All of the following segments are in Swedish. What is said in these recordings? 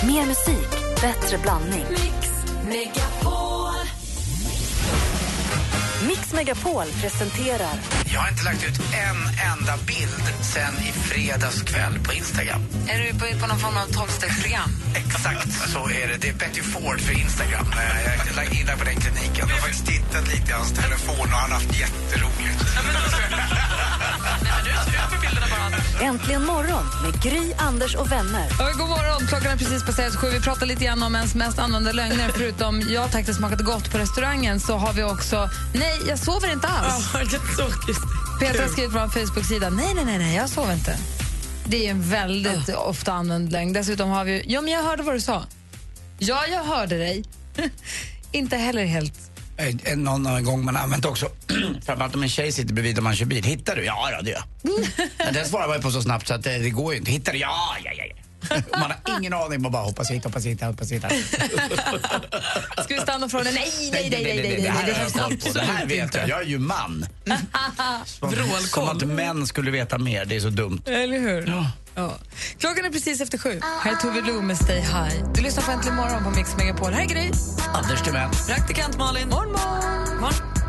Mer musik, bättre blandning. Mix Megapol. Mix Megapol presenterar... Jag har inte lagt ut en enda bild sen i fredags kväll på Instagram. Är du på någon form av 12-stegsprogram? Exakt så är det. Det är Betty Ford för Instagram. Jag lagt in där på den kliniken. Jag har faktiskt tittat lite i hans telefon och han har haft jätteroligt. Äntligen morgon med Gry, Anders och vänner. God morgon, klockan är precis passerat 7. Vi pratar lite grann om ens mest använda lögner. Förutom jag tack det smakade gott på restaurangen så har vi också nej, jag sover inte alls. Petra har skrivit på vår Facebook-sida nej, jag sover inte. Det är en väldigt ofta använd lögn. Dessutom har vi, ja men jag hörde vad du sa. Ja, jag hörde dig. Inte heller helt. Någon gång man har använt också framförallt om en tjej sitter bredvid och man kör bil. Hittar du? Ja, det gör jag. Men den svarar man på så snabbt så att det går ju inte. Hittar du? Ja. Man har ingen aning, man bara hoppas hitta. Ska vi stanna från den? Nej. Det här vet jag är ju man. Som att män skulle veta mer, det är så dumt. Eller hur? Ja. Klockan är precis efter 7. Här är Tove Lo med Stay High. Du lyssnar på Äntligen morgon på Mix Megapol. Här är Gry. Anders Timell. Praktikant Malin. Morgon.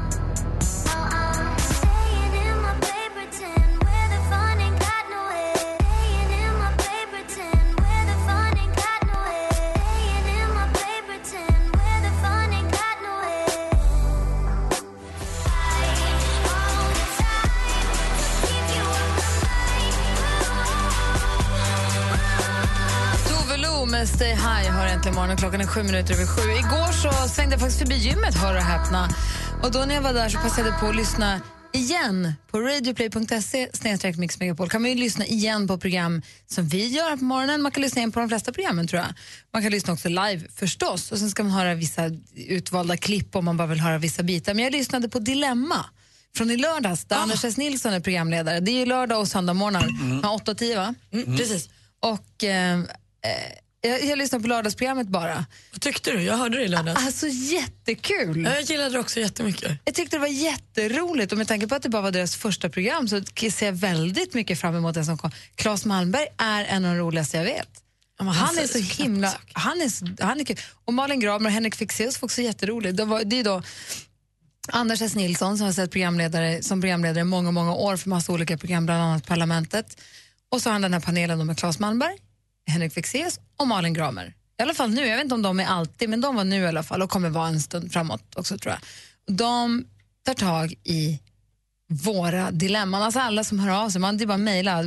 Stay High har äntligen morgon. Klockan är 7 minuter över 7. Igår så svängde jag faktiskt förbi gymmet, hör och häpna. Och då när jag var där så passade jag på att lyssna igen på radioplay.se/mixmegapol. Kan man ju lyssna igen på program som vi gör på morgonen. Man kan lyssna igen på de flesta programmen tror jag. Man kan lyssna också live förstås. Och sen ska man höra vissa utvalda klipp om man bara vill höra vissa bitar. Men jag lyssnade på Dilemma från i lördags där Anders S. Nilsson är programledare. Det är ju lördag och söndag morgnar. 8-10 va? Precis. Och... Jag lyssnade på lördagsprogrammet bara. Vad tyckte du? Jag hörde det i lördags. Alltså jättekul. Jag gillade det också jättemycket. Jag tyckte det var jätteroligt och med tanke på att det bara var deras första program så ser jag väldigt mycket fram emot det som kom. Claes Malmberg är en av de roligaste jag vet. Ja, han är så himla... Han är kul. Och Malin Gramer och Henrik Fexeus var också jätteroligt. Det är då Anders S. Nilsson som har sett programledare många år för massa olika program, bland annat Parlamentet. Och så har han den här panelen med Claes Malmberg, Henrik Fexeus och Malin Gramer. I alla fall nu, jag vet inte om de är alltid, men de var nu i alla fall och kommer vara en stund framåt också tror jag. De tar tag i våra dilemman, alltså alla som hör av sig, det är bara mejla,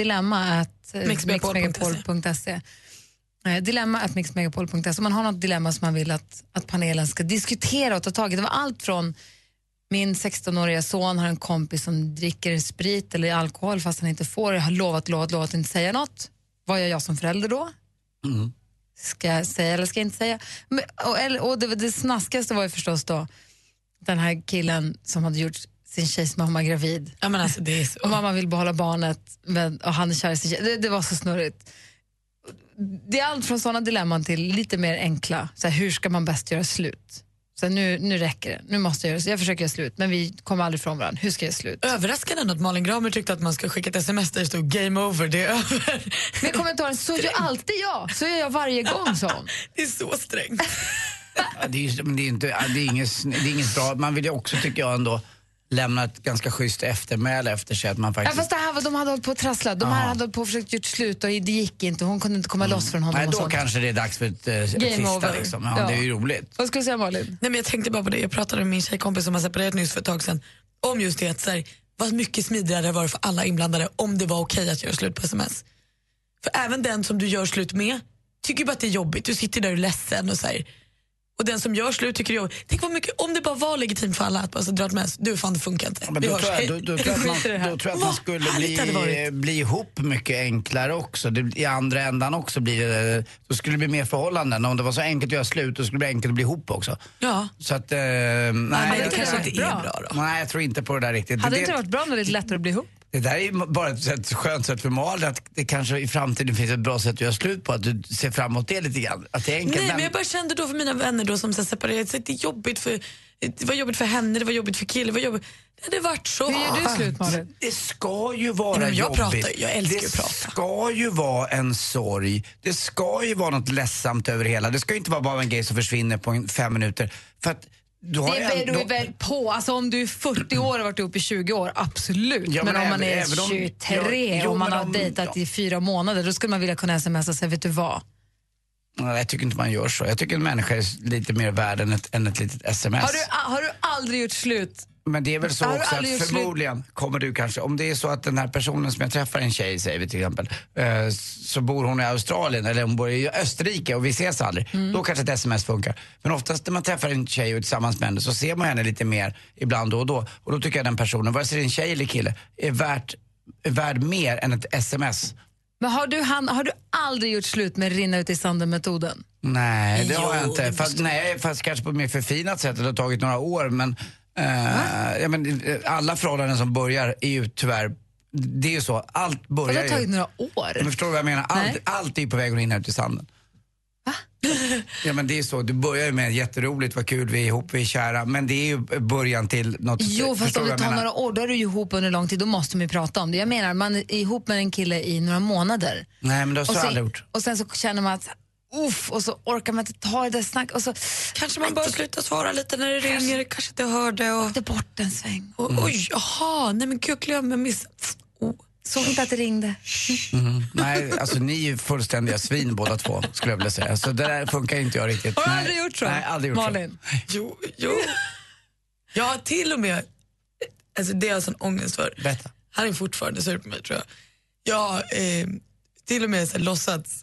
dilemma@mixmegapol.se dilemma@mixmegapol.se. Man har något dilemma som man vill att panelen ska diskutera och ta tag i. Det var allt från min 16-åriga son har en kompis som dricker sprit eller alkohol fast han inte får. Jag har lovat att inte säga något. Vad gör jag som förälder då? Ska jag säga eller ska jag inte säga? Och det snaskigaste var ju förstås då den här killen som hade gjort sin tjejs mamma gravid. Ja, men alltså, det är så. Och mamma vill behålla barnet och han är kär i sin tjej. Det var så snurrigt. Det är allt från sådana dilemman till lite mer enkla. Så här, hur ska man bäst göra slut? Så nu räcker det. Nu måste jag göra så. Jag försöker göra slut, men vi kommer aldrig från varandra. Hur ska jag göra slut? Överraskande att Malin Gramer tyckte att man ska skicka ett sms där det stod game over, det är över. Men kommentaren, så gör alltid jag. Så gör jag varje gång, så. Det är så strängt. Det är inget bra. Man vill ju också, tycker jag ändå, lämna ett ganska schysst eftermäle efter sig att man faktiskt... Ja, fast det här var, de hade hållit på att trassla. De här hade hållit på att försökt gjort slut och det gick inte. Hon kunde inte komma loss från honom. Nej, och då sånt. Kanske det är dags för ett sista liksom. Ja, det är ju roligt. Vad skulle du säga, Malin? Nej, men jag tänkte bara på det. Jag pratade med min tjejkompis som har separerat nyss för ett tag sedan om just det att så här, vad mycket smidigare var det för alla inblandade om det var okej att göra slut på sms. För även den som du gör slut med tycker bara att det är jobbigt. Du sitter där och är ledsen och så här. Och den som gör slut tycker jag, tänk vad mycket, om det bara var legitimt för alla att bara så dra ett mess, du fan det funkar inte. Men då tror jag att man skulle bli ihop mycket enklare också. I andra ändan också då skulle det bli mer förhållanden. Om det var så enkelt att göra slut, då skulle det bli enkelt att bli ihop också. Ja. Så att, nej, det kanske inte är bra då. Nej, jag tror inte på det där riktigt. Hade det inte varit bra när det är lite lättare att bli ihop? Det där är ju bara ett skönt sätt för Malin att det kanske i framtiden finns ett bra sätt att göra slut på, att du ser fram emot det lite grann. Att det är enkelt, men jag bara kände då för mina vänner då som separerat sig, det var jobbigt för henne, det var jobbigt för killen, det var jobbigt. Det hade varit så. Hur gör du slut, Malin? Det ska ju vara jobbigt. Jag älskar det att prata. Det ska ju vara en sorg. Det ska ju vara något ledsamt över hela. Det ska ju inte vara bara en grej som försvinner på 5 minuter. För att det beror du väl på. Alltså om du är 40 år och varit ihop i 20 år, absolut. Ja, men om man är 23 och man har dejtat i 4 månader, då skulle man vilja kunna smsa och säga, vet du vad? Jag tycker inte man gör så. Jag tycker en människa är lite mer värd än ett litet sms. Har du aldrig gjort slut? Men det är väl så också att förmodligen kommer du kanske, om det är så att den här personen som jag träffar, en tjej säger vi till exempel, så bor hon i Australien eller hon bor i Österrike och vi ses aldrig, då kanske ett sms funkar. Men oftast när man träffar en tjej och tillsammans med henne så ser man henne lite mer ibland då och då. Och då tycker jag den personen, vare sig det är en tjej eller kille, är värd mer än ett sms. Men har du aldrig gjort slut med rinna ut i sanden-metoden? Nej, det har jag inte. Fast kanske på ett mer förfinat sätt. Det har tagit några år, men alla förhållanden som börjar är ju tyvärr, det är ju så, allt börjar ju. Det har tagit några år. Men förstår du vad jag menar? Allt är ju på väg att rinna ut i sanden. Va? Ja, men det är så, du börjar ju med jätteroligt, vad kul vi är ihop, vi är kära, men det är ju början till något. Jo, fast om det tar några år, då är du ju ihop under lång tid, då måste man ju prata om det. Jag menar, man är ihop med en kille i några månader. Nej, men det har så aldrig gjort. Och sen så känner man att och så orkar man inte ta det där snack och så kanske man bara slutar svara lite när det ringer, kanske inte hörde och åkte bort en sväng. Oj, jaha, nej men gud, glömmer miss. Såg inte att det ringde. Nej, alltså ni är ju fullständiga svin båda två, skulle jag vilja säga. Alltså det där funkar inte jag riktigt. Har du aldrig gjort så? Nej, aldrig gjort Malin? Så. Jo. Jag har till och med, alltså det har jag sån ångest för. Berätta. Han är fortfarande sur på mig, tror jag. Jag till och med så låtsats.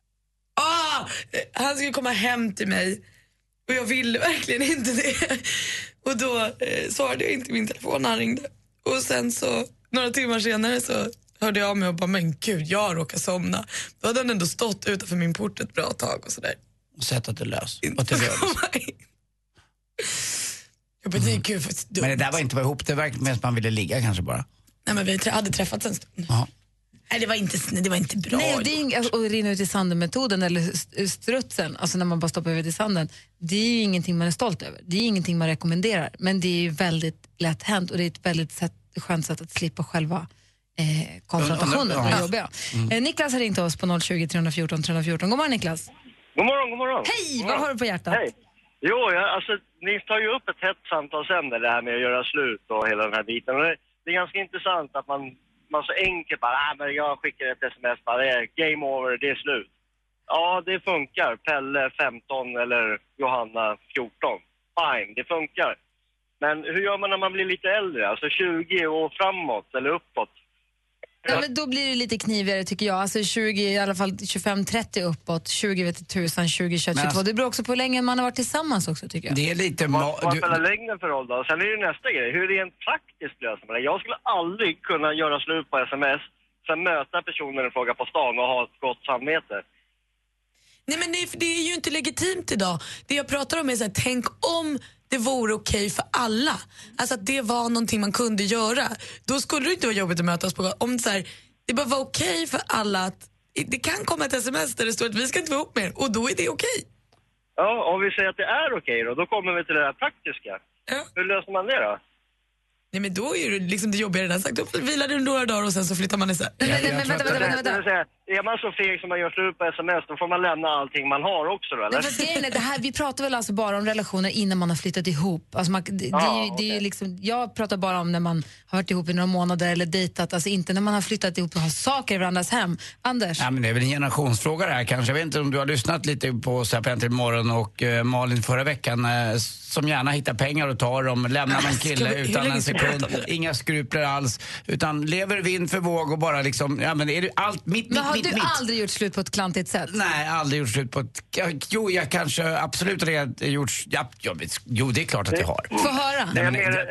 Han skulle komma hem till mig och jag ville verkligen inte det. Och då svarade jag inte min telefon när han ringde. Och sen så, några timmar senare så hörde jag av mig och bara, men gud, jag råkade somna. Då hade han ändå stått utanför min port ett bra tag och sådär. Och sett att det lös. Jag bara, det är gud, men det där var inte ihop, det verkade med att man ville ligga kanske bara. Nej, men vi hade träffats en stund. Aha. Nej, det var inte bra. Nej, det är att rinna ut i sanden-metoden eller strutsen, alltså när man bara stoppar huvudet i sanden, det är ju ingenting man är stolt över. Det är ingenting man rekommenderar, men det är ju väldigt lätt hänt och det är ett väldigt skönt sätt att slippa själva konfrontationen och det jobbiga. Niklas har ringt oss på 020 314 314. God morgon, Niklas. God morgon. Hej, vad har du på hjärtat? Hej. Jo, alltså ni tar ju upp ett hett samtalsämne, det här med att göra slut och hela den här biten. Och det är ganska intressant att man så enkelt bara, men jag skickar ett sms bara, det är game over, det är slut. Ja, det funkar. Pelle 15 eller Johanna 14. Fine, det funkar. Men hur gör man när man blir lite äldre? Alltså 20 och framåt eller uppåt? Ja, men då blir det lite knivigare tycker jag. Alltså 20, i alla fall 25-30 uppåt. 20 vet du tusan, 20, 22. Alltså, det beror också på hur länge man har varit tillsammans också tycker jag. Det är lite... Vad spelar längden för roll då? Sen är det nästa grej. Hur rent praktiskt löser man det? Jag skulle aldrig kunna göra slut på sms, sen möta personen och fråga på stan och ha ett gott samvete. Nej, men det är ju inte legitimt idag. Det jag pratar om är så här, tänk om det vore okej för alla. Alltså att det var någonting man kunde göra. Då skulle det inte vara jobbigt att mötas på. Om så här, det bara var okej för alla att det kan komma ett sms där det står att vi ska inte vara ihop mer och då är det okej. Ja, om vi säger att det är okej då kommer vi till det här praktiska. Ja. Hur löser man det då? Nej, men då är det liksom det jobbiga redan sagt. Då vilar du några dagar och sen så flyttar man isär. Men vänta. Är man så feg som man gör slut på sms, då får man lämna allting man har också då, eller? Det här, vi pratar väl alltså bara om relationer innan man har flyttat ihop. Alltså det är liksom, jag pratar bara om när man har varit ihop i några månader eller dejtat, alltså inte när man har flyttat ihop och har saker i varandras hem. Anders? Ja, men det är väl en generationsfråga det här kanske. Jag vet inte om du har lyssnat lite på Äntligen morgon och Malin förra veckan som gärna hittar pengar och tar dem, lämnar man en kille utan en sekund, inga skrupler alls, utan lever vind för våg och bara liksom, ja men är det allt mitt. Har du aldrig gjort slut på ett klantigt sätt? Nej, aldrig gjort slut på ett... Jo, jag kanske absolut har gjort... Jo, det är klart att jag har. Få höra.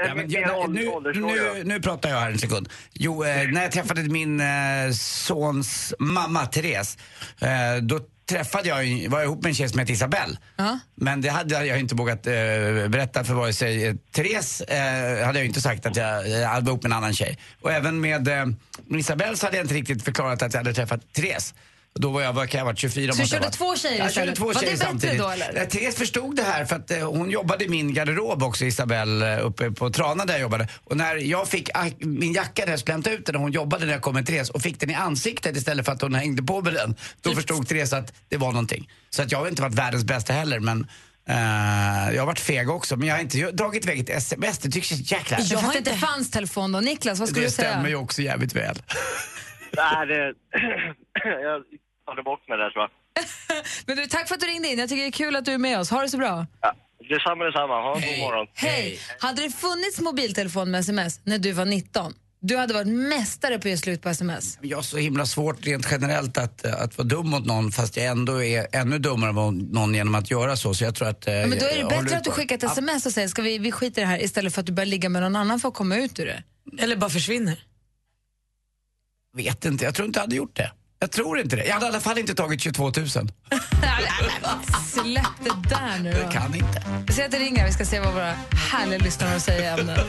Nu pratar jag här en sekund. Jo, när jag träffade min sons mamma, Therese, då var jag ihop med en tjej som heter Isabelle. Men det hade jag inte vågat berätta för vare sig Therese hade jag inte sagt att jag hade ihop med en annan tjej. Och även med Isabelle så hade jag inte riktigt förklarat att jag hade träffat Therese. Då var jag varit 24. Så du körde två tjejer? Jag körde två tjejer samtidigt. Var det bättre då, eller? Therese förstod det här för att hon jobbade i min garderob också, Isabelle, uppe på Trana där jag jobbade. Och när jag fick min jacka där jag skulle hämta ut den, och hon jobbade när jag kom med Therese och fick den i ansiktet istället för att hon hängde på med den, då förstod Therese att det var någonting. Så att jag har inte varit världens bästa heller, men jag har varit feg också, men jag har inte dragit iväg ett sms. Det tycks jäkla. Jag har inte fanns telefon då. Niklas, vad skulle du säga? Det stämmer ju också jävligt väl. Nej, jag tar det bort med det, tror jag. Men du, tack för att du ringde in. Jag tycker det är kul att du är med oss. Ha det så bra. Ja, detsamma. Ha en god morgon. Hej. Hade det funnits mobiltelefon med sms när du var 19? Du hade varit mästare på att ge slut på sms. Jag har så himla svårt rent generellt att vara dum mot någon, fast jag ändå är ännu dummare mot någon genom att göra så. Så jag tror att... men då är det bättre att du skickar ett sms och säger ska vi skiter det här, istället för att du börjar ligga med någon annan för att komma ut ur det. Eller bara försvinner. Vet inte, jag tror inte jag hade gjort det. Jag tror inte det. Jag hade i alla fall inte tagit 22 000. Släpp det där nu då. Jag kan inte. Vi säger att det ringer, vi ska se vad våra härliga lyssnare har att säga i ämnet.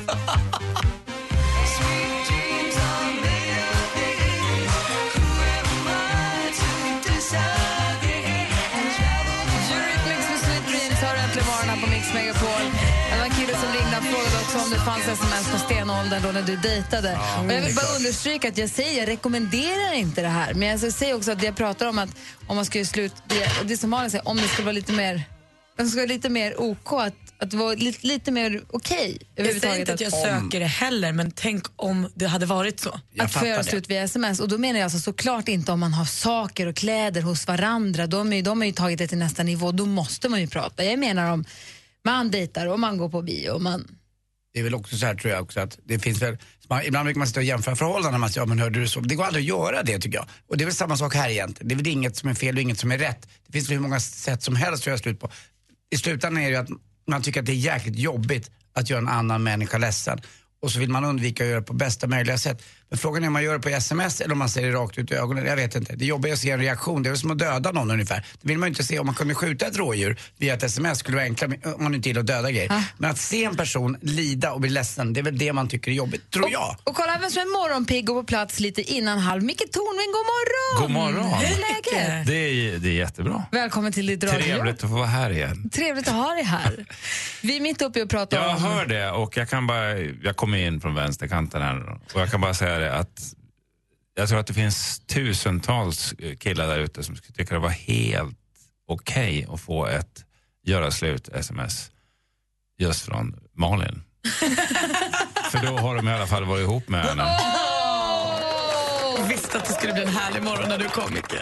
Eurythmics med Sweet Dreams har äntligen morgon här på Mix Megapol. Det var en kille som ringde och frågade också om det fanns sms på stenåldern då när du dejtade. Och jag vill bara understryka att jag rekommenderar inte det här. Men jag säger också att jag pratar om att om man ska göra slut, det som Malin säger, om det skulle vara lite mer OK, att vara lite mer okej. Jag säger inte att jag söker det heller, men tänk om det hade varit så. Att få göra slut via sms. Och då menar jag alltså såklart inte om man har saker och kläder hos varandra. De har ju tagit det till nästa nivå. Då måste man ju prata. Jag menar om man dejtar och man går på bio och man... Det är väl också så här, tror jag också, att det finns väl... Ibland brukar man sitta och jämföra förhållanden. Man säger, ja men hörde du så? Det går aldrig att göra det, tycker jag. Och det är väl samma sak här egentligen. Det är väl inget som är fel och inget som är rätt. Det finns väl hur många sätt som helst att göra slut på. I slutändan är det ju att man tycker att det är jäkligt jobbigt att göra en annan människa ledsen. Och så vill man undvika att göra det på bästa möjliga sätt. Men frågan är om man gör det på sms eller om man säger det rakt ut i ögonen. Jag vet inte. Det jobbar att se en reaktion. Det är väl som att döda någon ungefär. Det vill man ju inte se. Om man kunde skjuta ett rådjur via ett sms skulle det vara enklare om man inte gillar att döda grejer. Men att se en person lida och bli ledsen, det är väl det man tycker är jobbigt, tror jag. Och kolla, även som en morgonpigg och på plats lite innan halv. Micke Tornving, god morgon! God morgon! Hur är läget? Det är jättebra. Välkommen till ditt radio. Trevligt att få vara här igen. Trevligt att ha dig här. Vi är mitt uppe och pratar om... Jag hör det, och jag kommer in från vänsterkanten här och jag kan bara säga det att jag tror att det finns tusentals killar där ute som skulle tycka det var helt okej att få ett göra slut sms just från Malin. För då har de i alla fall varit ihop med henne. Jag visste att det skulle bli en härlig morgon när du kom, Micke.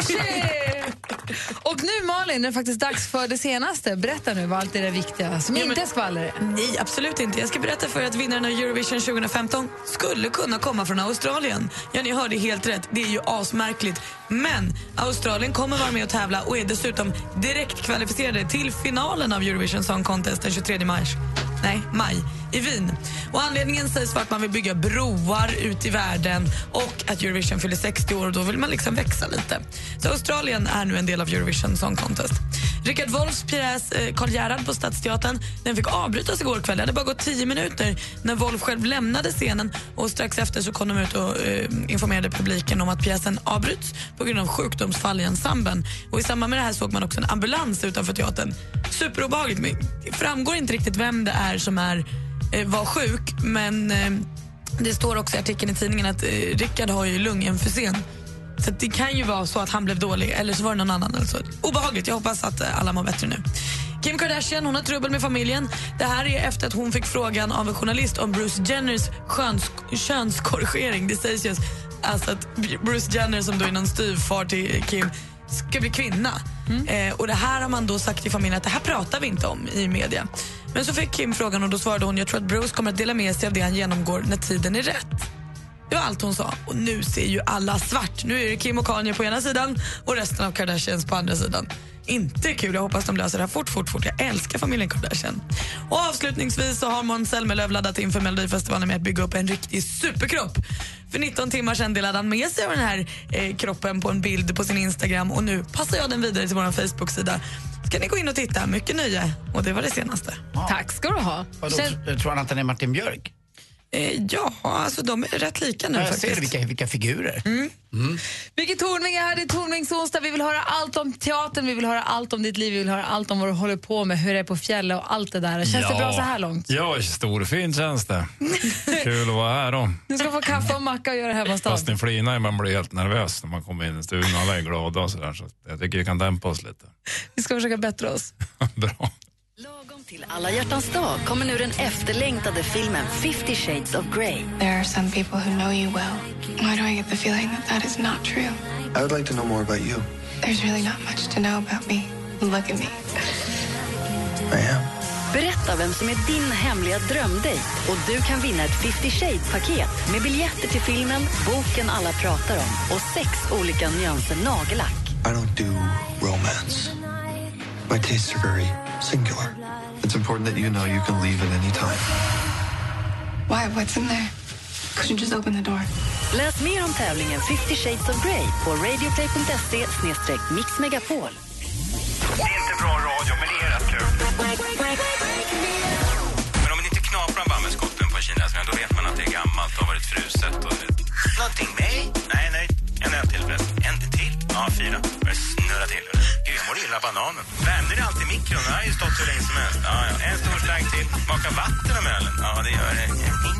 Och nu, Malin, är det faktiskt dags för det senaste. Berätta nu vad allt är det viktiga som inte är skvaller. Nej, absolut inte. Jag ska berätta för att vinnaren av Eurovision 2015 skulle kunna komma från Australien. Ja, ni hörde helt rätt. Det är ju asmärkligt. Men Australien kommer vara med och tävla och är dessutom direkt kvalificerade till finalen av Eurovision Song Contest den 23 maj i Wien. Och anledningen sägs vara att man vill bygga broar ut i världen och att Eurovision fyller 60 år och då vill man liksom växa lite. Så Australien är nu en del av Eurovision Song Contest. Richard Wolffs pjäs Karl Gerhard på Stadsteatern, den fick avbrytas igår kväll. Det hade bara gått 10 minuter när Wolff själv lämnade scenen och strax efter så kom de ut och informerade publiken om att pjäsen avbryts på grund av sjukdomsfall i ensemblen. Och i samband med det här såg man också en ambulans utanför teatern. Superobehagligt, men det framgår inte riktigt vem det är som var sjuk, men det står också i artikeln i tidningen att Richard har ju lungemfysem. Så det kan ju vara så att han blev dålig, eller så var det någon annan. Eller så. Obehagligt, jag hoppas att alla mår bättre nu. Kim Kardashian, hon har trubbel med familjen. Det här är efter att hon fick frågan av en journalist om Bruce Jenners könskorrigering. Det sägs just alltså att Bruce Jenner, som då är någon styvfar till Kim, ska bli kvinna. Och det här har man då sagt till familjen att det här pratar vi inte om i media. Men så fick Kim frågan och då svarade hon: jag tror att Bruce kommer att dela med sig av det han genomgår när tiden är rätt. Det var allt hon sa. Och nu ser ju alla svart. Nu är det Kim och Kanye på ena sidan och resten av Kardashians på andra sidan. Inte kul, jag hoppas de löser det här fort. Jag älskar familjen Kardashian. Och avslutningsvis så har Måns Zelmerlöw laddat in för Melodifestivalen med att bygga upp en riktig superkropp. För 19 timmar sedan delade han med sig av den här kroppen på en bild på sin Instagram. Och nu passar jag den vidare till vår Facebook-sida. Ska ni gå in och titta, mycket nöje. Och det var det senaste. Tack ska du ha. Tror han att den är Martin Björk? Ja, alltså de är rätt lika nu faktiskt. Jag ser vilka figurer. Micke Tornving är här, det är Tornvingsonsdag. Vi vill höra allt om teatern, vi vill höra allt om ditt liv, vi vill höra allt om vad du håller på med, hur det är på fjället och allt det där. Känns det bra så här långt? Ja, storfint känns det. Kul att vara här då. Du ska få kaffe och macka och göra det här på stan. Fast ni flinar, man blir helt nervös när man kommer in i studion. Alla är glada och sådär, så jag tycker vi kan dämpa oss lite. Vi ska försöka bättra oss. Bra. Lagom till alla hjärtans dag kommer nu den efterlängtade filmen 50 Shades of Grey. There are some people who know you well. Why do I get the feeling that that is not true? I would like to know more about you. There's really not much to know about me. Look at me. I am. Berätta vem som är din hemliga drömdejt och du kan vinna ett 50 Shades-paket med biljetter till filmen, boken alla pratar om och 6 olika nyanser nagellack. I don't do romance. My tastes are very singular. It's important that you know you can leave at any time. Why? What's in there? Could you just open the door? Läs mer om tävlingen 50 Shades of Grey på radioplay.se/mixmegapol. Det är inte bra radio, men det är rätt kul. Men om man inte knaprar bara med skotten på kinesiska, då vet man att det är gammalt och har varit fruset. Och... Någonting med? Nej. En öl till förresten. En till? Ja, 4. Börjar snurra till. Gud, jag mår illa bananen. Värmde det alltid i mikron? Det har ju stått så länge som helst. Ja. En stor slang till. Smaka vatten om ölen. Ja, det gör det.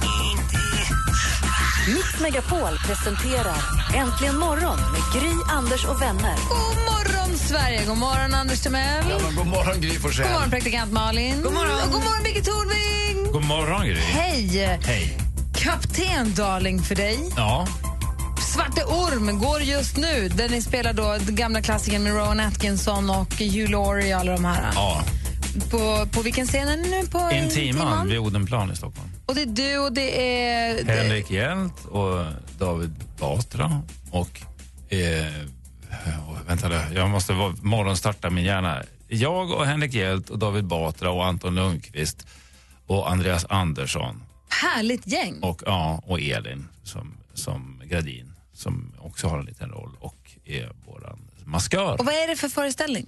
Mix Megapol presenterar Äntligen morgon med Gry, Anders och vänner. God morgon Sverige, god morgon Anders Timell. Ja, god morgon Gry Forssell. God morgon praktikant Malin. God morgon. Och god morgon Micke Tornving. God morgon Gry. Hej. Kapten Darling för dig. Ja. Svarte Orm går just nu, där ni spelar då den gamla klassikern med Rowan Atkinson och Hugh Laurie och alla de här. Ja. På vilken scen är ni nu? På Intiman vid Odenplan i Stockholm. Och det är du och det är... Henrik Hjelt och David Batra och... vänta, jag måste morgonstarta min hjärna. Jag och Henrik Hjelt och David Batra och Anton Lundqvist och Andreas Andersson. Härligt gäng. Och Elin som Gradin som också har en liten roll och är våran maskör. Och vad är det för föreställning?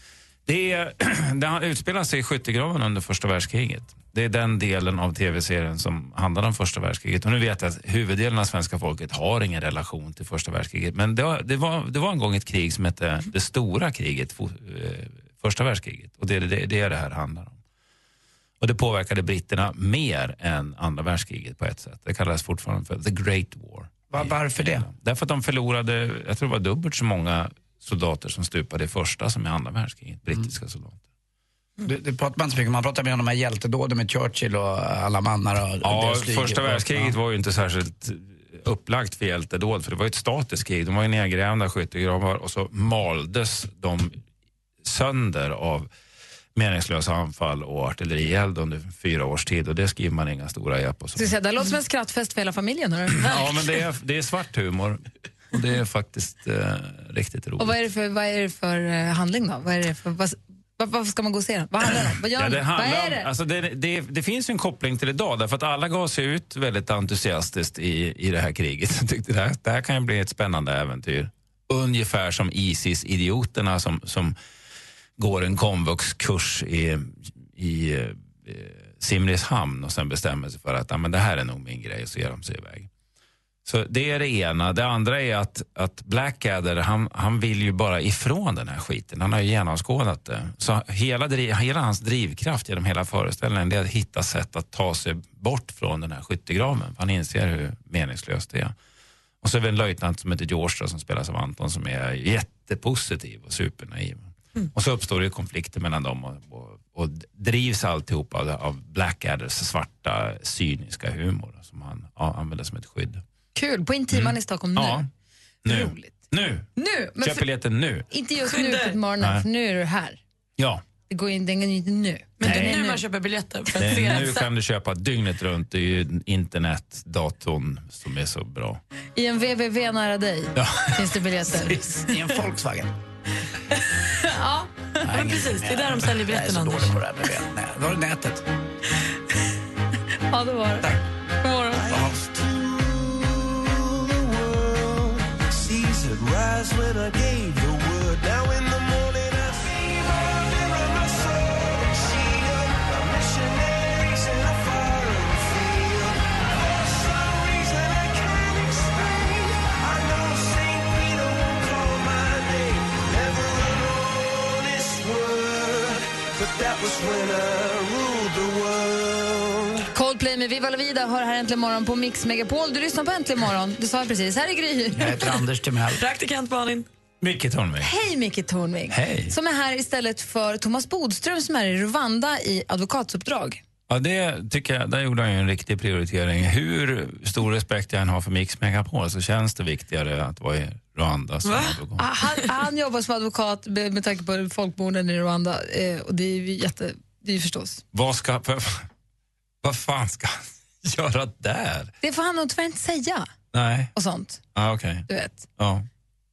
Det utspelar sig i skyttegraven under första världskriget. Det är den delen av tv-serien som handlar om första världskriget. Och nu vet jag att huvuddelen av svenska folket har ingen relation till första världskriget. Men det var en gång ett krig som hette det stora kriget, första världskriget. Och det är det här handlar om. Och det påverkade britterna mer än andra världskriget på ett sätt. Det kallas fortfarande för The Great War. Varför det? Därför att de förlorade, jag tror det var dubbelt så många soldater som stupade i första som i andra världskriget, brittiska soldater. Det pratar man inte så mycket. Man pratar mer om de här hjältedåden med Churchill och alla mannar. Och första världskriget var ju inte särskilt upplagt för hjältedåd, för det var ett statiskt krig. De var ju nedgrävda skyttegravar och så maldes de sönder av meningslösa anfall och artillerield under 4 års tid, och det skriver man inga stora epos om. Det låter som en skrattfest för hela familjen. Ja, men det är svart humor. Och det är faktiskt riktigt roligt. Och vad är det för handling då? Vad ska man gå och se? Vad handlar det om? Vad gör vad är det? Alltså det finns ju en koppling till idag, därför att alla gav sig ut väldigt entusiastiskt i det här kriget. Jag tyckte det här kan ju bli ett spännande äventyr. Ungefär som ISIS-idioterna som går en komvuxkurs i Simrishamn och sen bestämmer sig för att men det här är nog min grej, så ger de sig iväg. Så det är det ena. Det andra är att Blackadder, han vill ju bara ifrån den här skiten. Han har ju genomskådat det. Så hela hans drivkraft genom hela föreställningen, det är att hitta sätt att ta sig bort från den här skyttegraven. Han inser hur meningslöst det är. Och så är det en löjtnant som heter George som spelas av Anton, som är jättepositiv och supernaiv. Och så uppstår det konflikter mellan dem och drivs alltihop av Blackadders svarta, cyniska humor som han använder som ett skydd. Kul, på Intiman i Stockholm nu. Ja, Roligt. Nu! Men köp biljetten nu. Inte just nu på morgonen, för nu är du här. Ja. Det går inte nu. Men det är nu man köper biljetter för att se. Nu kan du köpa dygnet runt. Det är ju internetdatorn som är så bra. I en www nära dig finns det biljetter. I en Volkswagen. Ja. Men precis, det är där de säljer biljetterna. Jag är så dålig på det här med Nej, var det nätet? Ja, det var det. Tack. God morgon. Coldplay med Viva la Vida har här Äntligen morgon på Mix Megapol. Du lyssnar på Äntligen morgon. Du sa jag precis. Här är Gry. Jag heter Anders Timell. Praktikant Malin. Micke Tornving. Hej Micke Tornving. Hej. Som är här istället för Thomas Bodström som är i Rwanda i advokatsuppdrag. Ja, det tycker jag, där gjorde han ju en riktig prioritering. Hur stor respekt jag än har för Mix Megapol så känns det viktigare att vara i Rwanda som advokat. Han jobbar som advokat med tanke på folkmorden i Rwanda och det är ju det är ju förstås. Vad fan ska han göra där? Det får han nog tyvärr inte säga. Nej. Och sånt. Ja, okej. Du vet. Ja.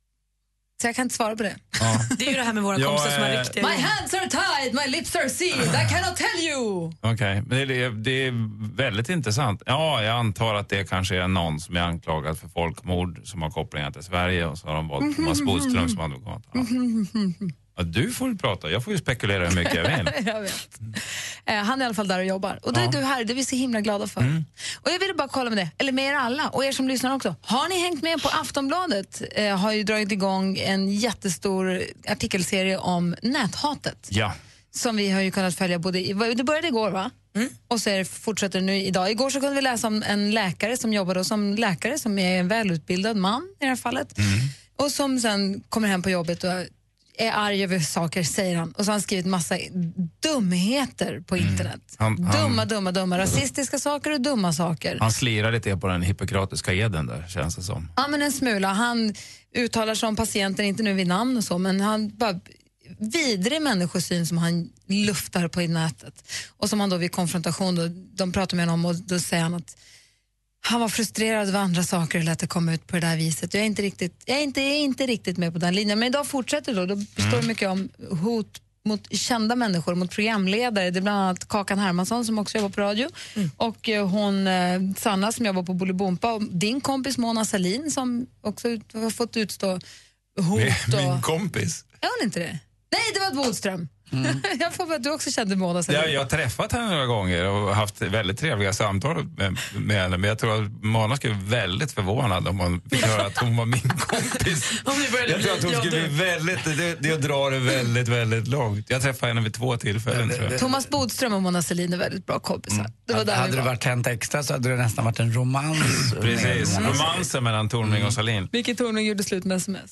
Så jag kan inte svara på det. Ja. Det är ju det här med våra kompisar som är riktiga. My hands are tied, my lips are sealed, I cannot tell you. Okej, men det är väldigt intressant. Ja, jag antar att det kanske är någon som är anklagad för folkmord som har kopplingar till Sverige och så har de valt Thomas Bodström som advokat. Ja. Ja, du får prata, jag får ju spekulera hur mycket jag vill. Jag vet. Han är i alla fall där och jobbar. Och då är du här, det är vi så himla glada för. Och jag ville bara kolla med det, eller med er alla och er som lyssnar också. Har ni hängt med på Aftonbladet? Har ju dragit igång en jättestor artikelserie om näthatet. Ja. Som vi har ju kunnat följa det började igår va? Och så fortsätter det nu idag. Igår så kunde vi läsa om en läkare som jobbade som läkare som är en välutbildad man i det här fallet. Och som sen kommer hem på jobbet och är arg över saker, säger han. Och så har han skrivit massa dumheter på internet. Dumma, rasistiska saker och dumma saker. Han slirar lite på den hippokratiska eden där, känns det som. Ja, men en smula. Han uttalar sig om patienten, inte nu vid namn och så, men han bara vidrig människosyn som han luftar på i nätet. Och som han då vid konfrontation, då, de pratar med honom och då säger han att han var frustrerad över andra saker och lät det komma ut på det där viset. Jag är inte riktigt med på den linjen. Men idag fortsätter då består det mycket om hot mot kända människor, mot programledare. Det är bland annat Kakan Hermansson som också jobbar på radio. Och hon Sanna som jobbar på Bolibompa. Och din kompis Mona Sahlin som också har fått utstå hot. Min kompis? Är hon inte det? Nej, det var ett Bodström. Jag får att du också kände Mona Sahlin. Ja, jag har träffat henne några gånger och haft väldigt trevliga samtal med henne. Men jag tror att Mona skulle bli väldigt förvånad om hon fick höra att hon var min kompis. Jag tror att hon skulle bli det drar det väldigt, väldigt långt. Jag träffade henne vid 2 tillfällen, tror jag. Thomas Bodström och Mona Sahlin är väldigt bra kompisar. Hade det varit Hänt Extra så hade det nästan varit en romans. Precis, romansen mellan Tornving och Sahlin. Vilket Tornving gjorde slut med sms.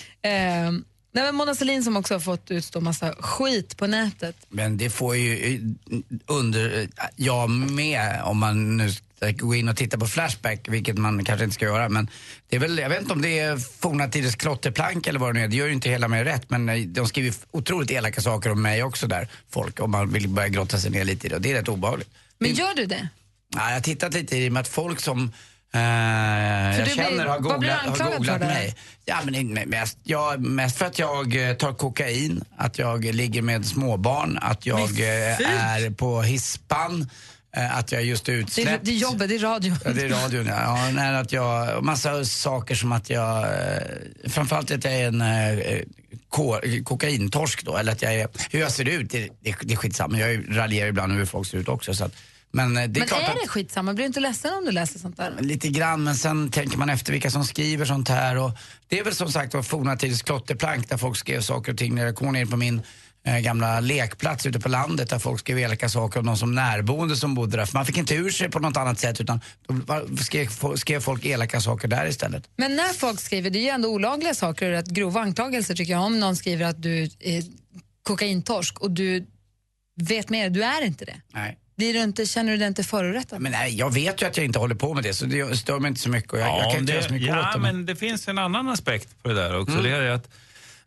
Nej, men Mona Sahlin som också har fått utstå massa skit på nätet. Men det får ju jag med om man nu ska gå in och titta på Flashback, vilket man kanske inte ska göra, men det är väl, jag vet inte om det är forna tiders klotterplank eller vad det är, det gör ju inte hela mig rätt, men de skriver otroligt elaka saker om mig också där, folk, om man vill börja grotta sig ner lite i det, och det är rätt obehagligt. Men gör du det? Ja, jag har tittat lite i det med att folk som jag känner har googlat mig. Ja, men mest för att jag tar kokain, att jag ligger med småbarn, att jag är på hispan, att jag just är utsläppt. Det är jobbet, det är radio. Ja, det är radion, ja. Ja, att jag, massa saker som att jag, framförallt att jag är en kokaintorsk då, eller att jag är, hur jag ser ut, det är skitsamma. Jag raljerar ibland över hur folk ser ut också, så att men det är klart det skitsamma? Blir du inte ledsen om du läser sånt där? Lite grann, men sen tänker man efter vilka som skriver sånt här. Och det är väl som sagt var forna tiders klotterplank där folk skrev saker och ting. När jag kom ner på min gamla lekplats ute på landet där folk skrev elaka saker om de som närboende som bodde där. För man fick inte ur sig på något annat sätt, utan då skrev folk elaka saker där istället. Men när folk skriver, det är ju ändå olagliga saker och rätt grova anklagelser tycker jag. Om någon skriver att du är kokaintorsk och du vet mer, du är inte det. Nej. Känner du dig inte förorättad? Men nej, jag vet ju att jag inte håller på med det, så det stör mig inte så mycket. Och jag kan inte göra så mycket åt det. Men det finns en annan aspekt på det där också. Det är att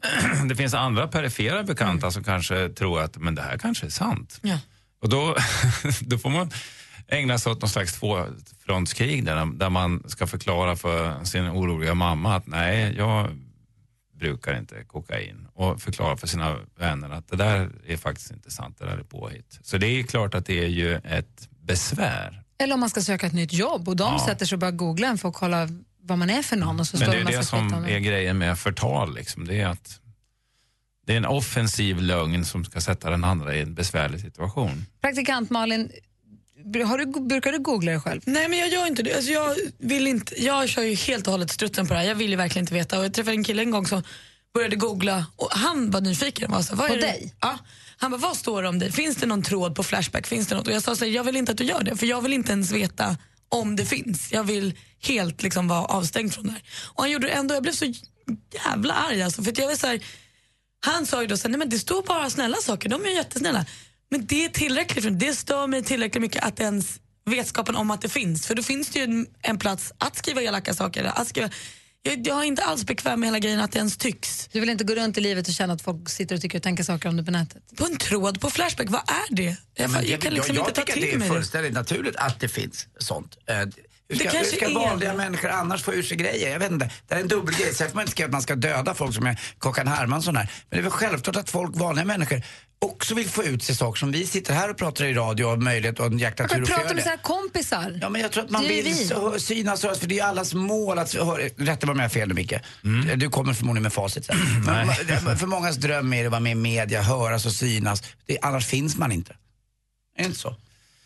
det finns andra perifera bekanta som kanske tror att men det här kanske är sant. Ja. Och då får man ägna sig åt någon slags tvåfrontskrig där man ska förklara för sin oroliga mamma att nej, jag brukar inte kokain, och förklara för sina vänner att det där är faktiskt inte sant, det där är påhitt. Så det är klart att det är ju ett besvär. Eller om man ska söka ett nytt jobb och de sätter sig och bara googla en för att kolla vad man är för någon. Och så men står det är det som är grejen med förtal. Liksom. Det är att det är en offensiv lögn som ska sätta den andra i en besvärlig situation. Praktikant Malin, brukar du googla dig själv? Nej, men jag gör inte det. Alltså, jag kör ju helt och hållet strutten på det här. Jag vill ju verkligen inte veta. Och jag träffade en kille en gång som började googla och han var nyfiken. Var så, vad är på det? Dig? Ja. Han bara, vad står det om dig? Finns det någon tråd på Flashback? Finns det något? Och jag sa så här, jag vill inte att du gör det. För jag vill inte ens veta om det finns. Jag vill helt liksom vara avstängd från det här. Och han gjorde det ändå. Jag blev så jävla arg alltså. För att jag var så här, han sa ju då så här, nej men det står bara snälla saker. De är jättesnälla. Men det är tillräckligt för mig. Det stör mig tillräckligt mycket att ens vetskapen om att det finns. För då finns det ju en plats att skriva elaka saker. Att skriva. Jag är inte alls bekväm med hela grejen att det ens tycks. Du vill inte gå runt i livet och känna att folk sitter och tycker och tänker saker om det på nätet? På en tråd på Flashback, vad är det? Jag kan liksom inte ta till mig det. Jag tycker det är fullständigt naturligt att det finns sånt. Hur ska vanliga människor annars få ur sig grejer? Jag vet inte. Det är en dubbelgrej. Sen får man inte skriva att man ska döda folk som är Kakan Hermansson här. Men det är väl självklart att vanliga människor också vill få ut sig saker som vi sitter här och pratar i radio och möjlighet och en jäkla tur att göra det. Pratar med sina kompisar. Ja, men jag tror att man vill synas, för det är ju allas mål att rätta vad jag har fel nu, Micke. Du kommer förmodligen med facit sen. Men för mångas dröm är det att vara med i media, höras och synas. Annars finns man inte. Är det inte så?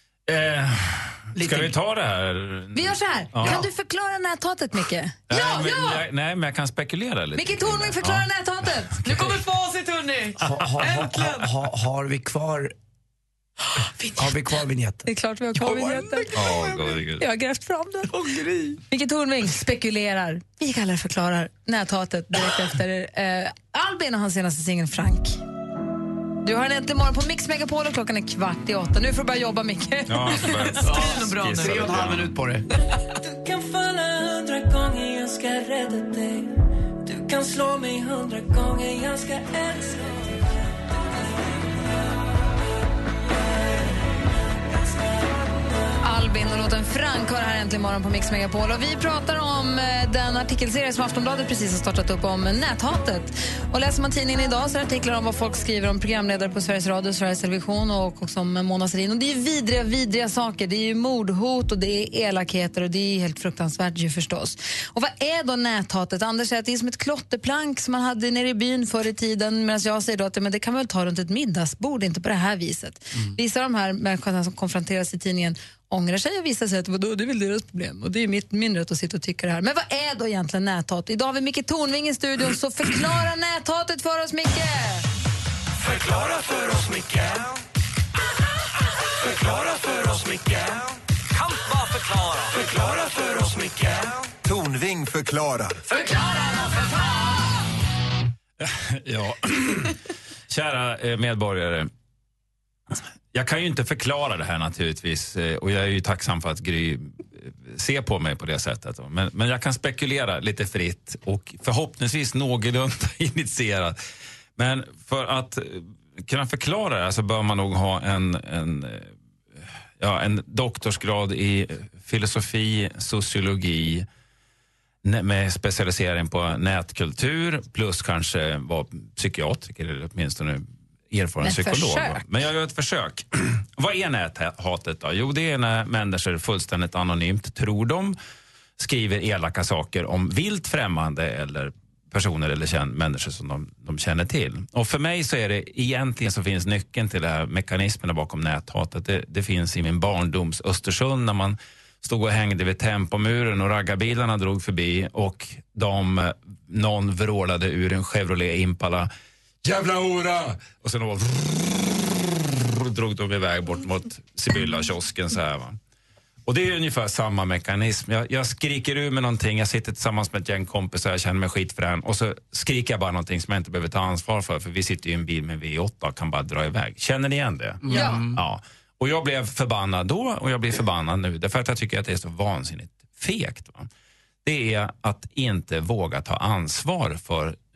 Ska vi ta det här? Vi gör så här. Ja. Kan du förklara näthatet, Micke? Nej, men jag kan spekulera lite. Micke Tornving, förklara näthatet. Nu kommer facit, hörni. Äntligen. Har vi kvar... Har vi kvar vignetten? Det är klart vi har kvar vignetten. Jag har grävt fram den. Micke Tornving spekulerar. Vi kallar det förklarar näthatet direkt efter Albin och hans senaste singel Frank. Du har en äntligen morgon på Mix Megapol och klockan är 7:15. Nu får du bara jobba, Micke. Ja, skriv bra nu. 3,5 minut på det. Du kan falla 100 gånger, jag ska rädda dig. Du kan slå mig 100 gånger, jag ska älska dig. Albin och låten Frank har här äntligen morgon på Mix Megapol. Och vi pratar om den artikelserie som Aftonbladet precis har startat upp om näthatet. Och läser man tidningen idag så är det artiklar om vad folk skriver om programledare på Sveriges Radio, Sveriges Television och också om Mona Sahlin. Och det är ju vidriga saker. Det är ju mordhot och det är elakheter och det är helt fruktansvärt ju förstås. Och vad är då näthatet? Anders säger att det är som ett klotterplank som man hade nere i byn förr i tiden. Medan jag säger då att men det kan man väl ta runt ett middagsbord, inte på det här viset. Vissa av de här människorna som konfronteras i tidningen ångrar sig och visar sig att det är väl deras problem. Och det är min rätt att sitta och tycka det här. Men vad är då egentligen näthat? Idag har vi Micke Tornving i studion, så förklara näthatet för oss, Micke! Förklara för oss, Micke! Förklara för oss, Micke! Kan bara förklara! Förklara för oss, Micke! Tornving förklarar. Förklara för fan! Ja, kära medborgare. Jag kan ju inte förklara det här naturligtvis, och jag är ju tacksam för att Gry ser på mig på det sättet. Men jag kan spekulera lite fritt och förhoppningsvis någorlunda initierat. Men för att kunna förklara det här så bör man nog ha en doktorsgrad i filosofi, sociologi med specialisering på nätkultur plus kanske vara psykiatriker eller åtminstone erfaren psykolog. Men jag gör ett försök. Vad är näthatet då? Jo, det är när människor fullständigt anonymt, tror de, skriver elaka saker om vilt främmande eller personer eller människor som de känner till. Och för mig så är det egentligen så finns nyckeln till det här mekanismerna bakom näthatet. Det finns i min barndoms Östersund när man stod och hängde vid Tempomuren och raggarbilarna drog förbi och någon vrålade ur en Chevrolet Impala: jävla hora! Och sen drog de iväg bort mot Sibylla-kiosken så här, va. Och det är ungefär samma mekanism. Jag skriker ur med någonting, jag sitter tillsammans med ett gäng kompisar, jag känner mig skitfrän och så skriker jag bara någonting som jag inte behöver ta ansvar för vi sitter i en bil med V8 och kan bara dra iväg. Känner ni igen det? Ja. Och jag blev förbannad då och jag blir förbannad nu därför att jag tycker att det är så vansinnigt fegt, va. Det är att inte våga ta ansvar för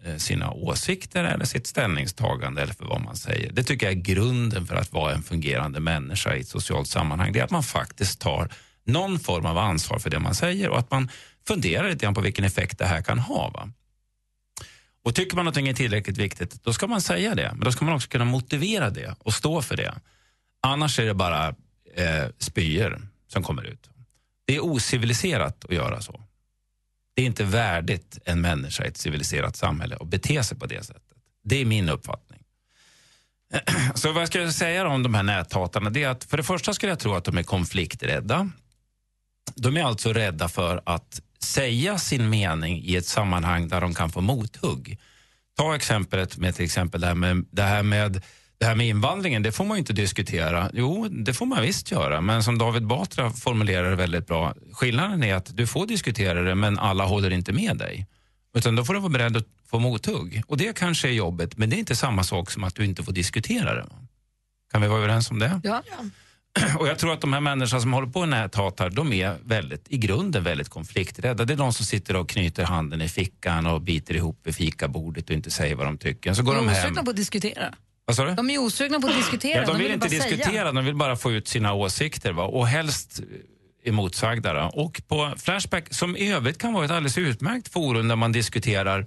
sina åsikter eller sitt ställningstagande eller för vad man säger. Det tycker jag är grunden för att vara en fungerande människa i ett socialt sammanhang. Det är att man faktiskt tar någon form av ansvar för det man säger och att man funderar lite grann på vilken effekt det här kan ha. Va? Och tycker man någonting är tillräckligt viktigt, då ska man säga det. Men då ska man också kunna motivera det och stå för det. Annars är det bara spyor som kommer ut. Det är ociviliserat att göra så. Det är inte värdigt en människa i ett civiliserat samhälle att bete sig på det sättet. Det är min uppfattning. Så vad ska jag säga om de här näthatarna? Det är att för det första skulle jag tro att de är konflikträdda. De är alltså rädda för att säga sin mening i ett sammanhang där de kan få mothugg. Ta exemplet med till exempel det här med invandringen, det får man ju inte diskutera. Jo, det får man visst göra, men som David Batra formulerar det väldigt bra. Skillnaden är att du får diskutera det, men alla håller inte med dig. Utan då får du vara beredd att få mothugg. Och det kanske är jobbet, men det är inte samma sak som att du inte får diskutera det. Kan vi vara överens om det? Ja. Och jag tror att de här människorna som håller på och näthatar, de är i grunden väldigt konflikträdda. Det är de som sitter och knyter handen i fickan och biter ihop vid fikabordet och inte säger vad de tycker. Så går de hem. Osugna på att diskutera. Vad sa du? De är osugna på att diskutera. Ja, de vill inte diskutera, de vill bara få ut sina åsikter. Va? Och helst emotsagda. Då. Och på Flashback, som i övrigt kan vara ett alldeles utmärkt forum där man diskuterar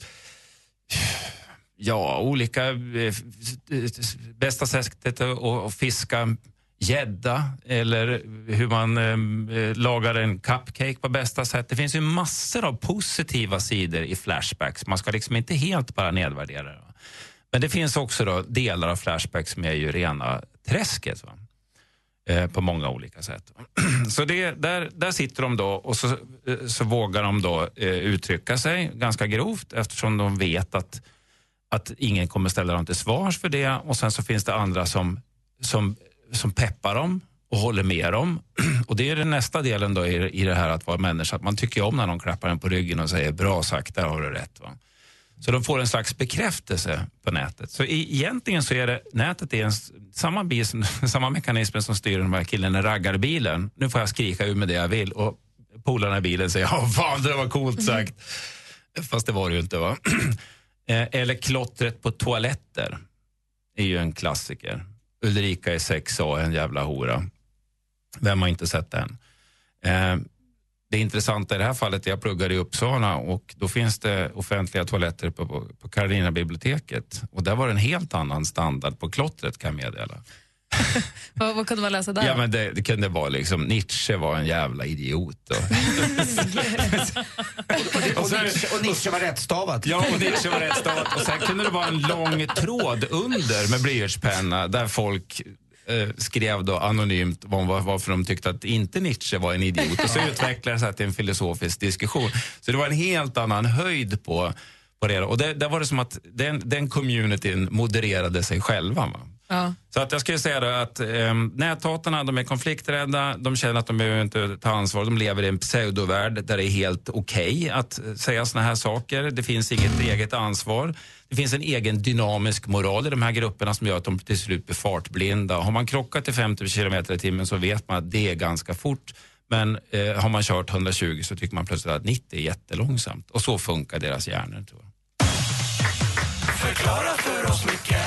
olika bästa sättet att fiska gädda eller hur man lagar en cupcake på bästa sätt. Det finns ju massor av positiva sidor i Flashbacks. Man ska liksom inte helt bara nedvärdera det. Men det finns också då delar av Flashback som är ju rena träsket, va? På många olika sätt. Så där sitter de då och så vågar de då uttrycka sig ganska grovt eftersom de vet att ingen kommer ställa dem till svars för det. Och sen så finns det andra som peppar dem och håller med dem. Och det är den nästa delen då i det här att vara människa. Att man tycker om när de klappar en på ryggen och säger bra sagt, där har du rätt, va? Så de får en slags bekräftelse på nätet. Så egentligen så är nätet är samma mekanismer som styr den här killen i raggarbilen. Nu får jag skrika ur med det jag vill. Och polarna i bilen säger, ja fan det var coolt sagt. Fast det var det ju inte, va? Eller klottret på toaletter är ju en klassiker. Ulrika är 6A, en jävla hora. Vem har inte sett den? Det intressanta i det här fallet är jag pluggar i Uppsala och då finns det offentliga toaletter på Carolina biblioteket. Och där var det en helt annan standard på klottret, kan jag meddela. Vad kunde man läsa där? Ja, men det kunde vara liksom, Nietzsche var en jävla idiot. Och Nietzsche var rättstavat. Ja, och Nietzsche var rättstavat. Och sen kunde det vara en lång tråd under med blyertspenna där folk skrev då anonymt varför de tyckte att inte Nietzsche var en idiot. Och så utvecklades det till en filosofisk diskussion. Så det var en helt annan höjd på det. Och där var det som att den communityn modererade sig själva, va? Ja. Så att jag skulle säga då att näthatarna, de är konflikträdda, de känner att de behöver inte ta ansvar, de lever i en pseudovärld där det är helt okej att säga såna här saker. Det finns inget eget ansvar. Det finns en egen dynamisk moral i de här grupperna som gör att de till slut blir fartblinda. Har man krockat till 50 km i timmen så vet man att det är ganska fort. Men har man kört 120 så tycker man plötsligt att 90 är jättelångsamt. Och så funkar deras hjärnor, tror jag. Förklara för oss, Micke.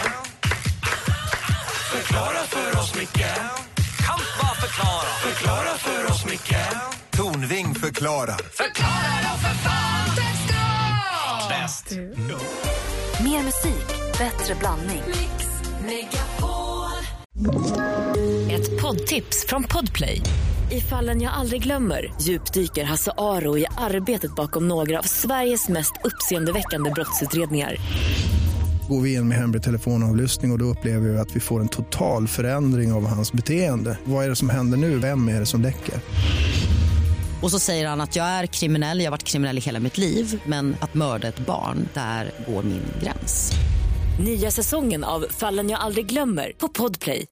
Förklara för oss, Micke. Kan bara förklara. Förklara för oss, Micke. Tornving förklarar. Förklara då för fan. Bäst. Mer musik, bättre blandning. Mix Megapol. Ett poddtips från Podplay. I Fallen jag aldrig glömmer djupdyker Hasse Aro i arbetet bakom några av Sveriges mest uppseendeväckande brottsutredningar. Går vi in med hemlig telefonavlyssning och då upplever vi att vi får en total förändring av hans beteende. Vad är det som händer nu? Vem är det som läcker? Och så säger han att jag är kriminell, jag har varit kriminell i hela mitt liv. Men att mörda ett barn, där går min gräns. Nya säsongen av Fallen jag aldrig glömmer på Podplay.